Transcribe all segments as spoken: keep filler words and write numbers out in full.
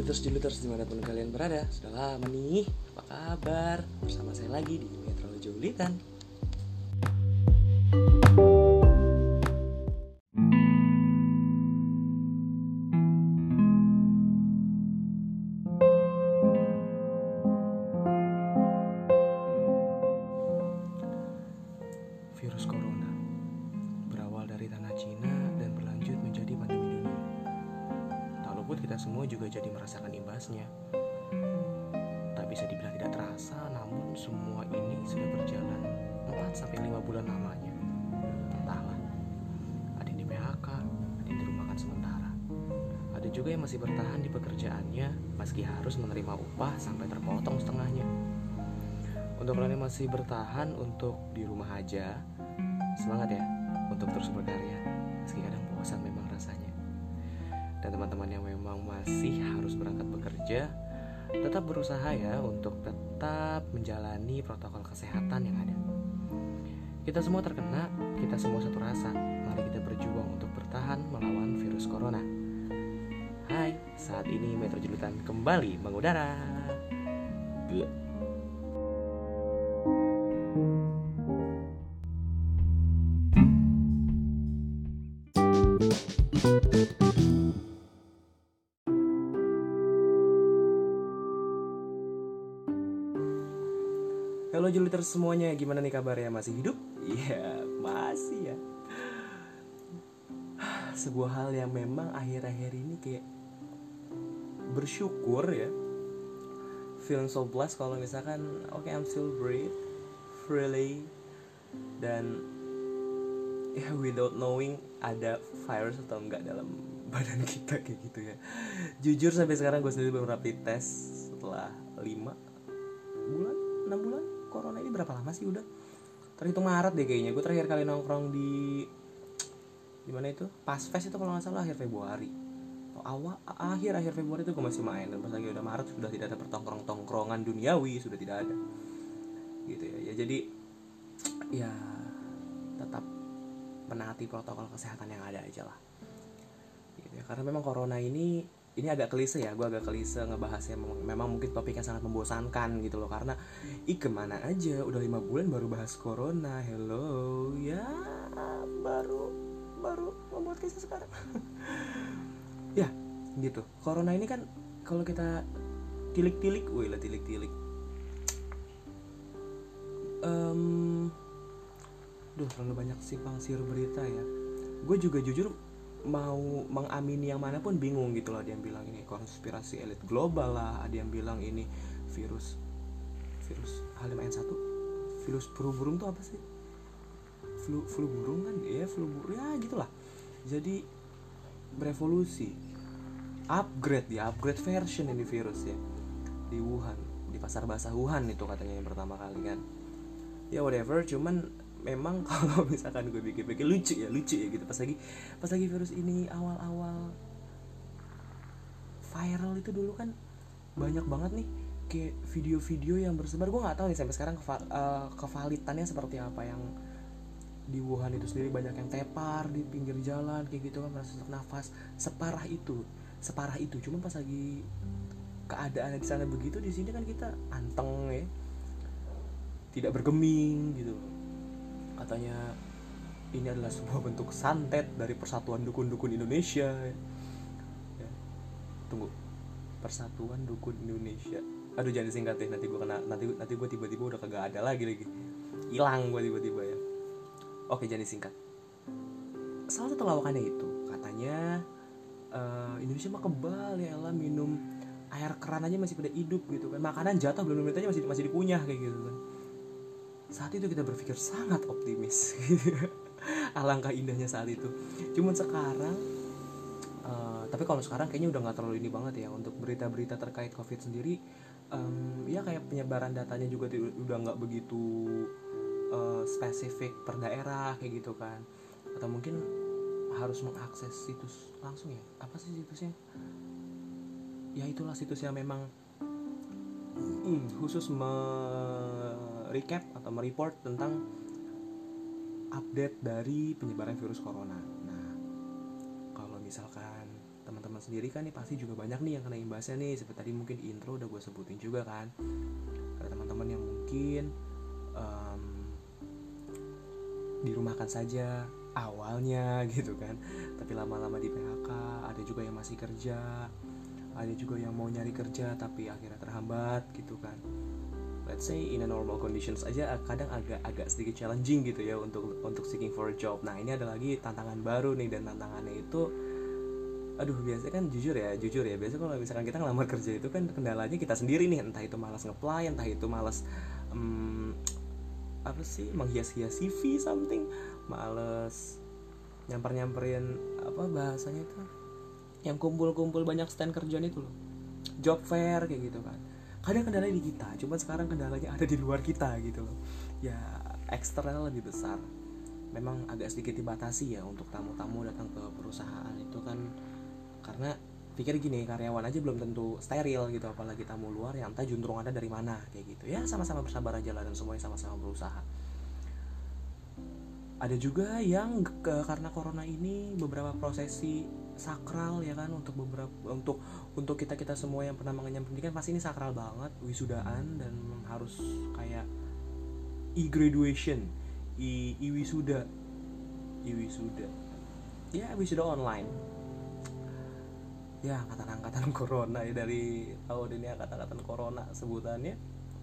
Juliters-Juliters dimanapun kalian berada. Sudah lama nih, apa kabar? Bersama saya lagi di Metro Julitan. Virus Corona berawal dari tanah Cina dan berlanjut menjadi pandemi dunia. Tak luput kita semua juga jadi merasakan imbasnya. Tak bisa dibilang tidak terasa, namun semua ini sudah berjalan empat sampai lima bulan lamanya. Entahlah, ada yang di P H K, ada yang dirumahkan sementara. Ada juga yang masih bertahan di pekerjaannya meski harus menerima upah sampai terpotong setengahnya. Untuk kalian yang masih bertahan untuk di rumah aja, semangat ya untuk terus berkarya meski kadang bosan memang rasanya. Dan teman-teman yang memang masih harus berangkat bekerja, tetap berusaha ya untuk tetap menjalani protokol kesehatan yang ada. Kita semua terkena, kita semua satu rasa. Mari kita berjuang untuk bertahan melawan virus corona. Hai, saat ini Metro Julitan kembali mengudara. Good. Halo Juliters semuanya, gimana nih kabarnya? Masih hidup? Iya, masih ya. Sebuah hal yang memang akhir-akhir ini kayak bersyukur ya. Feeling so blessed kalau misalkan okay, I'm still breathe freely. Dan ya without knowing ada virus atau enggak dalam badan kita kayak gitu ya. Jujur sampai sekarang gue sendiri belum rapid test setelah lima bulan, enam bulan. Corona ini berapa lama sih udah? Terhitung Maret deh kayaknya. Gue terakhir kali nongkrong di di mana itu? Pasfest itu kalau nggak salah akhir Februari. Oh, awal akhir akhir Februari itu gue masih main, dan pas lagi udah Maret sudah tidak ada pertongkrong-tongkrongan duniawi, sudah tidak ada. Gitu ya. Ya jadi ya tetap menaati protokol kesehatan yang ada aja lah. Gitu ya. Karena memang Corona ini ini agak klise ya, gue agak klise ngebahasnya. Memang, memang mungkin topiknya sangat membosankan gitu loh. Karena ih kemana aja, udah lima bulan baru bahas Corona. Hello, ya baru baru membuat kisah sekarang. Ya gitu, Corona ini kan kalau kita tilik-tilik, wih lah tilik-tilik um, Duh terlalu banyak simpang siur berita ya. Gue juga jujur mau mengamini yang mana pun bingung gitu loh. Ada yang bilang ini konspirasi elit global lah, ada yang bilang ini virus virus H lima N satu, virus flu burung tuh apa sih? Flu flu burung kan? Ya flu burung ya gitulah. Jadi berevolusi, upgrade ya, upgrade version ini virus ya di Wuhan, di pasar basah Wuhan itu katanya yang pertama kali kan. Ya whatever, cuman memang kalau misalkan gue bikin-bikin lucu ya lucu ya gitu pas lagi pas lagi virus ini awal-awal viral itu dulu kan banyak banget nih kayak video-video yang bersebar. Gue nggak tahu nih sampai sekarang keva, uh, kevalitannya seperti apa, yang di Wuhan itu sendiri banyak yang tepar di pinggir jalan kayak gitu kan, merasa sesak nafas separah itu separah itu. Cuman pas lagi keadaan di sana begitu, di sini kan kita anteng ya, tidak bergeming gitu. Katanya ini adalah sebuah bentuk santet dari Persatuan Dukun-Dukun Indonesia ya. Tunggu, Persatuan Dukun Indonesia, aduh jangan disingkat deh, nanti gue kena nanti nanti gue tiba-tiba udah kagak ada lagi lagi hilang gue tiba-tiba ya. Oke, jangan disingkat. Salah satu lawakannya itu katanya uh, Indonesia mah kebal ya lah, minum air keran aja masih pada hidup gitu kan, makanan jatuh belum minum aja masih masih dikunyah kayak gitu kan. Saat itu kita berpikir sangat optimis. Alangkah indahnya saat itu. Cuman sekarang uh, tapi kalau sekarang kayaknya udah gak terlalu ini banget ya untuk berita-berita terkait COVID sendiri. um, Ya kayak penyebaran datanya juga t- udah gak begitu uh, spesifik per daerah kayak gitu kan. Atau mungkin harus mengakses situs langsung ya. Apa sih situsnya? Ya itulah situs yang memang hmm, khusus me-recap atau mereport tentang update dari penyebaran virus corona. Nah, kalau misalkan teman-teman sendiri kan nih pasti juga banyak nih yang kena imbasnya nih. Seperti tadi mungkin di intro udah gue sebutin juga kan, ada teman-teman yang mungkin um, dirumahkan saja awalnya gitu kan, tapi lama-lama di P H K. Ada juga yang masih kerja, ada juga yang mau nyari kerja tapi akhirnya terhambat gitu kan. Let's say in a normal conditions aja kadang agak agak sedikit challenging gitu ya untuk untuk seeking for a job. Nah ini ada lagi tantangan baru nih, dan tantangannya itu, aduh biasanya kan jujur ya jujur ya biasanya kalau misalkan kita ngelamar kerja itu kan kendalanya kita sendiri nih, entah itu malas nge-apply, entah itu malas um, apa sih menghias-hias C V something, males nyamper-nyamperin apa bahasanya itu, yang kumpul-kumpul banyak stand kerjaan itu loh, job fair kayak gitu kan. Kadang kendalanya di kita, cuman sekarang kendalanya ada di luar kita gitu loh. Ya eksternal lebih besar. Memang agak sedikit dibatasi ya untuk tamu-tamu datang ke perusahaan itu kan, karena pikir gini, karyawan aja belum tentu steril gitu, apalagi tamu luar yang entah juntrungannya dari mana kayak gitu. Ya sama-sama bersabar aja lah, dan semuanya sama-sama berusaha. Ada juga yang ke, karena corona ini beberapa prosesi sakral ya kan, untuk beberapa untuk untuk kita kita semua yang pernah mengenyam pendidikan pasti ini sakral banget, wisudaan, dan harus kayak e-graduation, i wisuda i wisuda ya wisuda online ya, angkatan-angkatan corona ya, dari tahun ini angkatan-angkatan corona sebutannya.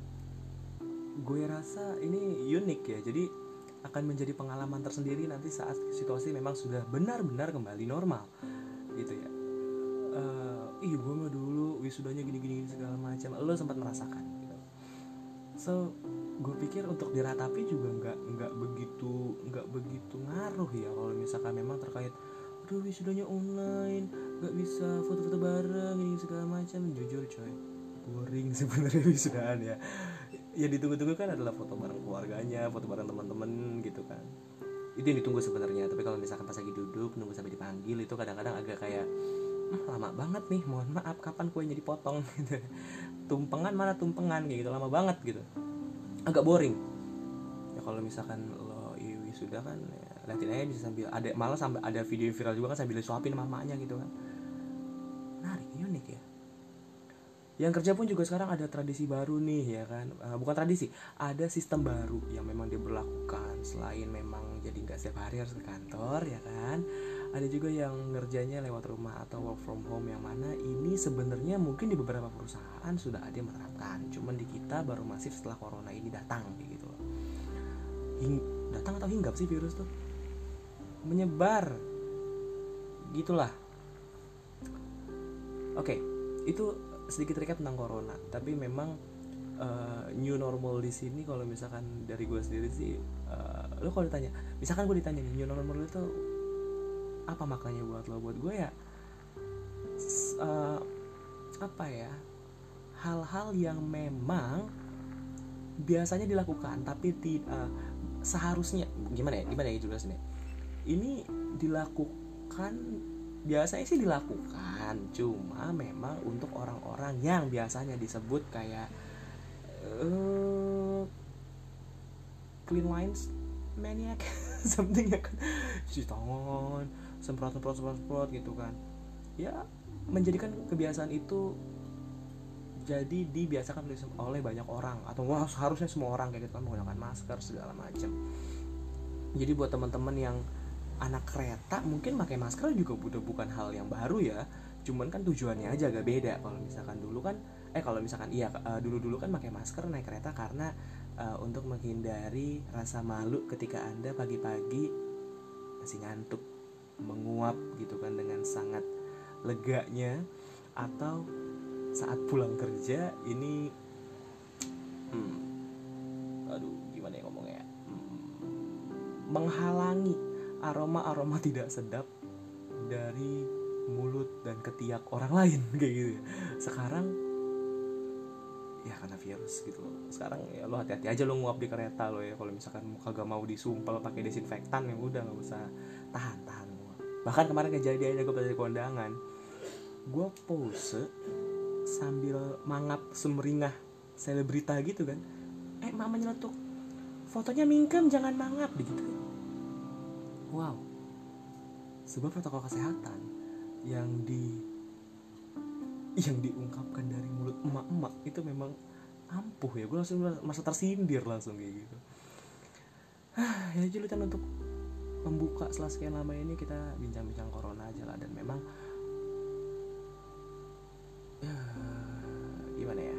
Gue rasa ini unik ya, jadi akan menjadi pengalaman tersendiri nanti saat situasi memang sudah benar-benar kembali normal gitu ya. Uh, ih gue mah dulu wisudanya gini-gini segala macam, lo sempat merasakan gitu. So gue pikir untuk diratapi juga nggak nggak begitu nggak begitu ngaruh ya kalau misalkan memang terkait aduh wisudanya online, nggak bisa foto-foto bareng gini segala macam. Jujur coy, boring sebenarnya wisudaan ya. Ya ditunggu-tunggu kan adalah foto bareng keluarganya, foto bareng teman-teman gitu kan. Itu yang ditunggu sebenarnya. Tapi kalau misalkan pas lagi duduk nunggu sampai dipanggil, itu kadang-kadang agak kayak hm, lama banget nih, mohon maaf kapan kuenya dipotong gitu. Tumpengan mana tumpengan kayak gitu, lama banget gitu. Agak boring. Ya kalau misalkan lo wisuda kan ya, liatin aja bisa sambil ada, malah sampai ada video viral juga kan sambil disuapin mamanya gitu kan. Menarik, unik ya. Yang kerja pun juga sekarang ada tradisi baru nih ya kan, uh, bukan tradisi, ada sistem baru yang memang diberlakukan. Selain memang jadi nggak setiap hari harus ke kantor ya kan, ada juga yang ngerjanya lewat rumah atau work from home, yang mana ini sebenarnya mungkin di beberapa perusahaan sudah ada yang menerapkan, cuman di kita baru masif setelah corona ini datang kayak gitu loh. Hing- datang atau hinggap sih virus tuh, menyebar gitulah. Oke, okay, itu sedikit recap tentang corona. Tapi memang uh, new normal di sini kalau misalkan dari gue sendiri sih, uh, lo kalau ditanya, misalkan gue ditanya nih new normal itu apa maknanya buat lo, buat gue ya uh, apa ya, hal-hal yang memang biasanya dilakukan tapi tidak uh, seharusnya, gimana ya gimana ya jelasinnya, ini dilakukan, biasanya sih dilakukan, cuma memang untuk orang-orang yang biasanya disebut kayak uh, clean lines maniac something ya kan, cuci tangan, semprot semprot semprot semprot gitu kan ya, menjadikan kebiasaan itu jadi dibiasakan oleh banyak orang, atau wah harusnya semua orang kayak gitu kan, menggunakan masker segala macam. Jadi buat teman-teman yang anak kereta mungkin pakai masker juga udah bukan hal yang baru ya, cuman kan tujuannya aja agak beda. Kalau misalkan dulu kan eh kalau misalkan iya uh, dulu-dulu kan pakai masker naik kereta karena uh, untuk menghindari rasa malu ketika Anda pagi-pagi masih ngantuk, menguap gitu kan dengan sangat leganya, atau saat pulang kerja ini hmm, aduh gimana ya ngomongnya, hmm, menghalangi aroma-aroma tidak sedap dari mulut dan ketiak orang lain kayak gitu ya. Sekarang ya karena virus gitu loh. Sekarang ya lo hati-hati aja lo nguap di kereta lo ya. Kalau misalkan kagak mau disumpel pakai desinfektan ya udah nggak usah, tahan-tahan nguap. Bahkan kemarin kejadiannya gue pada di kondangan, gue pose sambil mangap sumringah selebrita gitu kan. Eh mama nyeletuk, fotonya mingkem jangan mangap gitu. Wow, sebuah protokol kesehatan yang di yang diungkapkan dari mulut emak-emak itu memang ampuh ya. Gue langsung merasa tersindir langsung kayak gitu. Ya julitan untuk membuka setelah sekian lama ini kita bincang-bincang corona aja lah. Dan memang ya, gimana ya,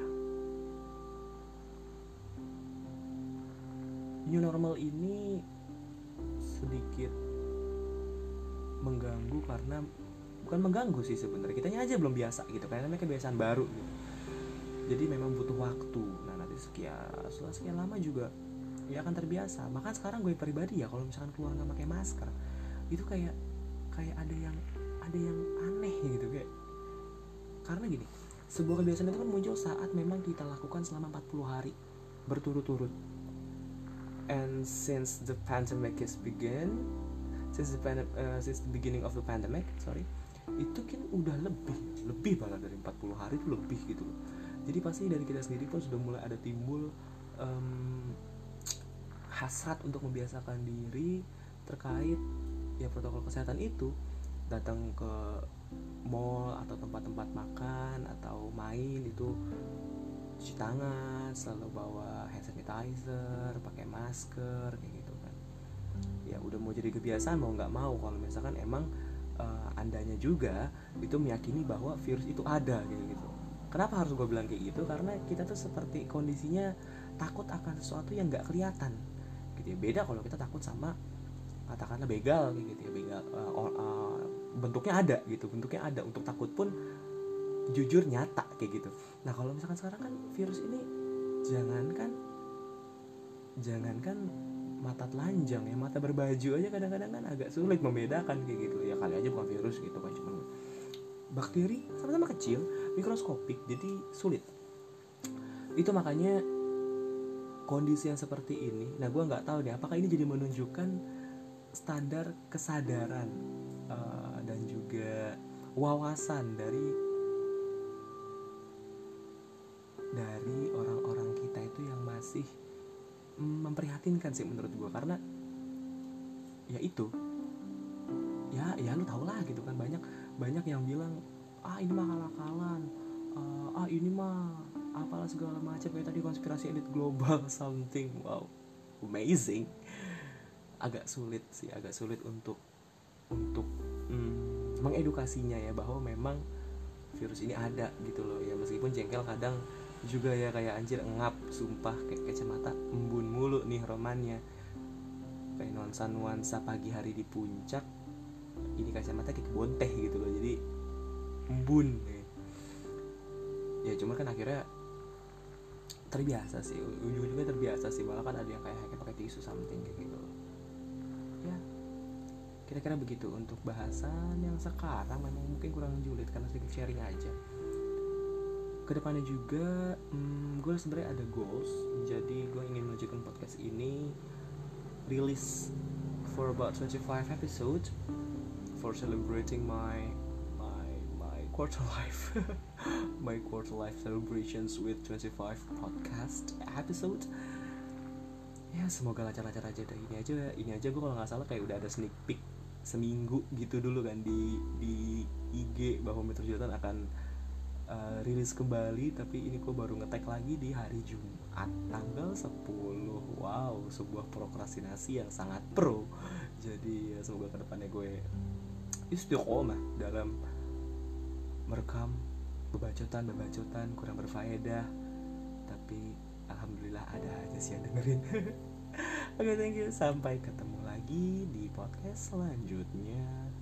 new normal ini sedikit mengganggu karena bukan mengganggu sih sebenarnya, kitanya aja belum biasa gitu karena namanya kebiasaan baru gitu. Jadi memang butuh waktu. Nah nanti sekian setelah sekian lama juga ya akan terbiasa. Bahkan sekarang gue pribadi ya kalau misalkan keluar nggak pakai masker itu kayak kayak ada yang ada yang aneh gitu kayak, karena gini, sebuah kebiasaan itu kan muncul saat memang kita lakukan selama empat puluh hari berturut-turut. And since the pandemic is begin since the pan- uh, since the beginning of the pandemic sorry itu kan udah lebih lebih banget dari empat puluh hari itu lebih gitu loh. Jadi pasti dari kita sendiri pun sudah mulai ada timbul um, hasrat untuk membiasakan diri terkait ya protokol kesehatan itu. Datang ke mall atau tempat-tempat makan atau main itu cuci tangan, selalu bawa hand sanitizer, pakai masker kayak gitu kan. Ya udah mau jadi kebiasaan mau nggak mau kalau misalkan emang uh, andanya juga itu meyakini bahwa virus itu ada kayak gitu. Kenapa harus gue bilang kayak gitu? Karena kita tuh seperti kondisinya takut akan sesuatu yang nggak kelihatan gitu ya. Beda kalau kita takut sama katakanlah begal kayak gitu ya, begal uh, uh, bentuknya ada gitu, bentuknya ada untuk takut pun jujur nyata kayak gitu. Nah kalau misalkan sekarang kan virus ini jangankan jangankan mata telanjang ya, mata berbaju aja kadang-kadang kan agak sulit membedakan kayak gitu ya. Kali aja bukan virus gitu kan, cuma bakteri sama-sama kecil, mikroskopik, jadi sulit. Itu makanya kondisi yang seperti ini, nah gue nggak tahu deh apakah ini jadi menunjukkan standar kesadaran uh, dan juga wawasan dari dari orang-orang kita itu yang masih mm, memprihatinkan sih menurut gue. Karena ya itu ya ya lu tau lah gitu kan, banyak banyak yang bilang ah ini mah akal-akalan, uh, ah ini mah apalah segala macam kayak tadi konspirasi elit global something. Wow, amazing. Agak sulit sih, agak sulit untuk untuk mm, mengedukasinya ya bahwa memang virus ini ada gitu loh ya. Meskipun jengkel kadang juga ya, kayak anjir ngap sumpah, kayak kacamata embun mulu nih romannya, kayak nuansa-nuansa pagi hari di puncak, ini kacamata kayak kebon teh gitu loh, jadi embun ya. Ya cuma kan akhirnya terbiasa sih, ujung-ujungnya terbiasa sih. Malah kan ada yang kayak pakai tisu something kayak gitu ya. Kira-kira begitu untuk bahasan yang sekarang. Memang mungkin kurang julid karena sedikit sharing aja. Kedepannya juga hmm, gue sebenarnya ada goals. Jadi gue ingin melanjutkan podcast ini release for about twenty-five episode for celebrating my my my quarter life my quarter life celebrations with twenty-five podcast episode. Ya semoga lancar-lancar aja deh. Ini aja ini aja gue kalau nggak salah kayak udah ada sneak peek seminggu gitu dulu kan di di I G bahwa Metro Jilatan akan uh, rilis kembali. Tapi ini gue baru nge-tag lagi di hari Jumat tanggal sepuluh. Wow, sebuah prokrastinasi yang sangat pro. Jadi ya, semoga kedepannya gue istiqomah dalam merekam bebacotan-bebacotan kurang berfaedah, tapi alhamdulillah ada aja sih yang dengerin. Oke, okay, thank you. Sampai ketemu lagi di podcast selanjutnya.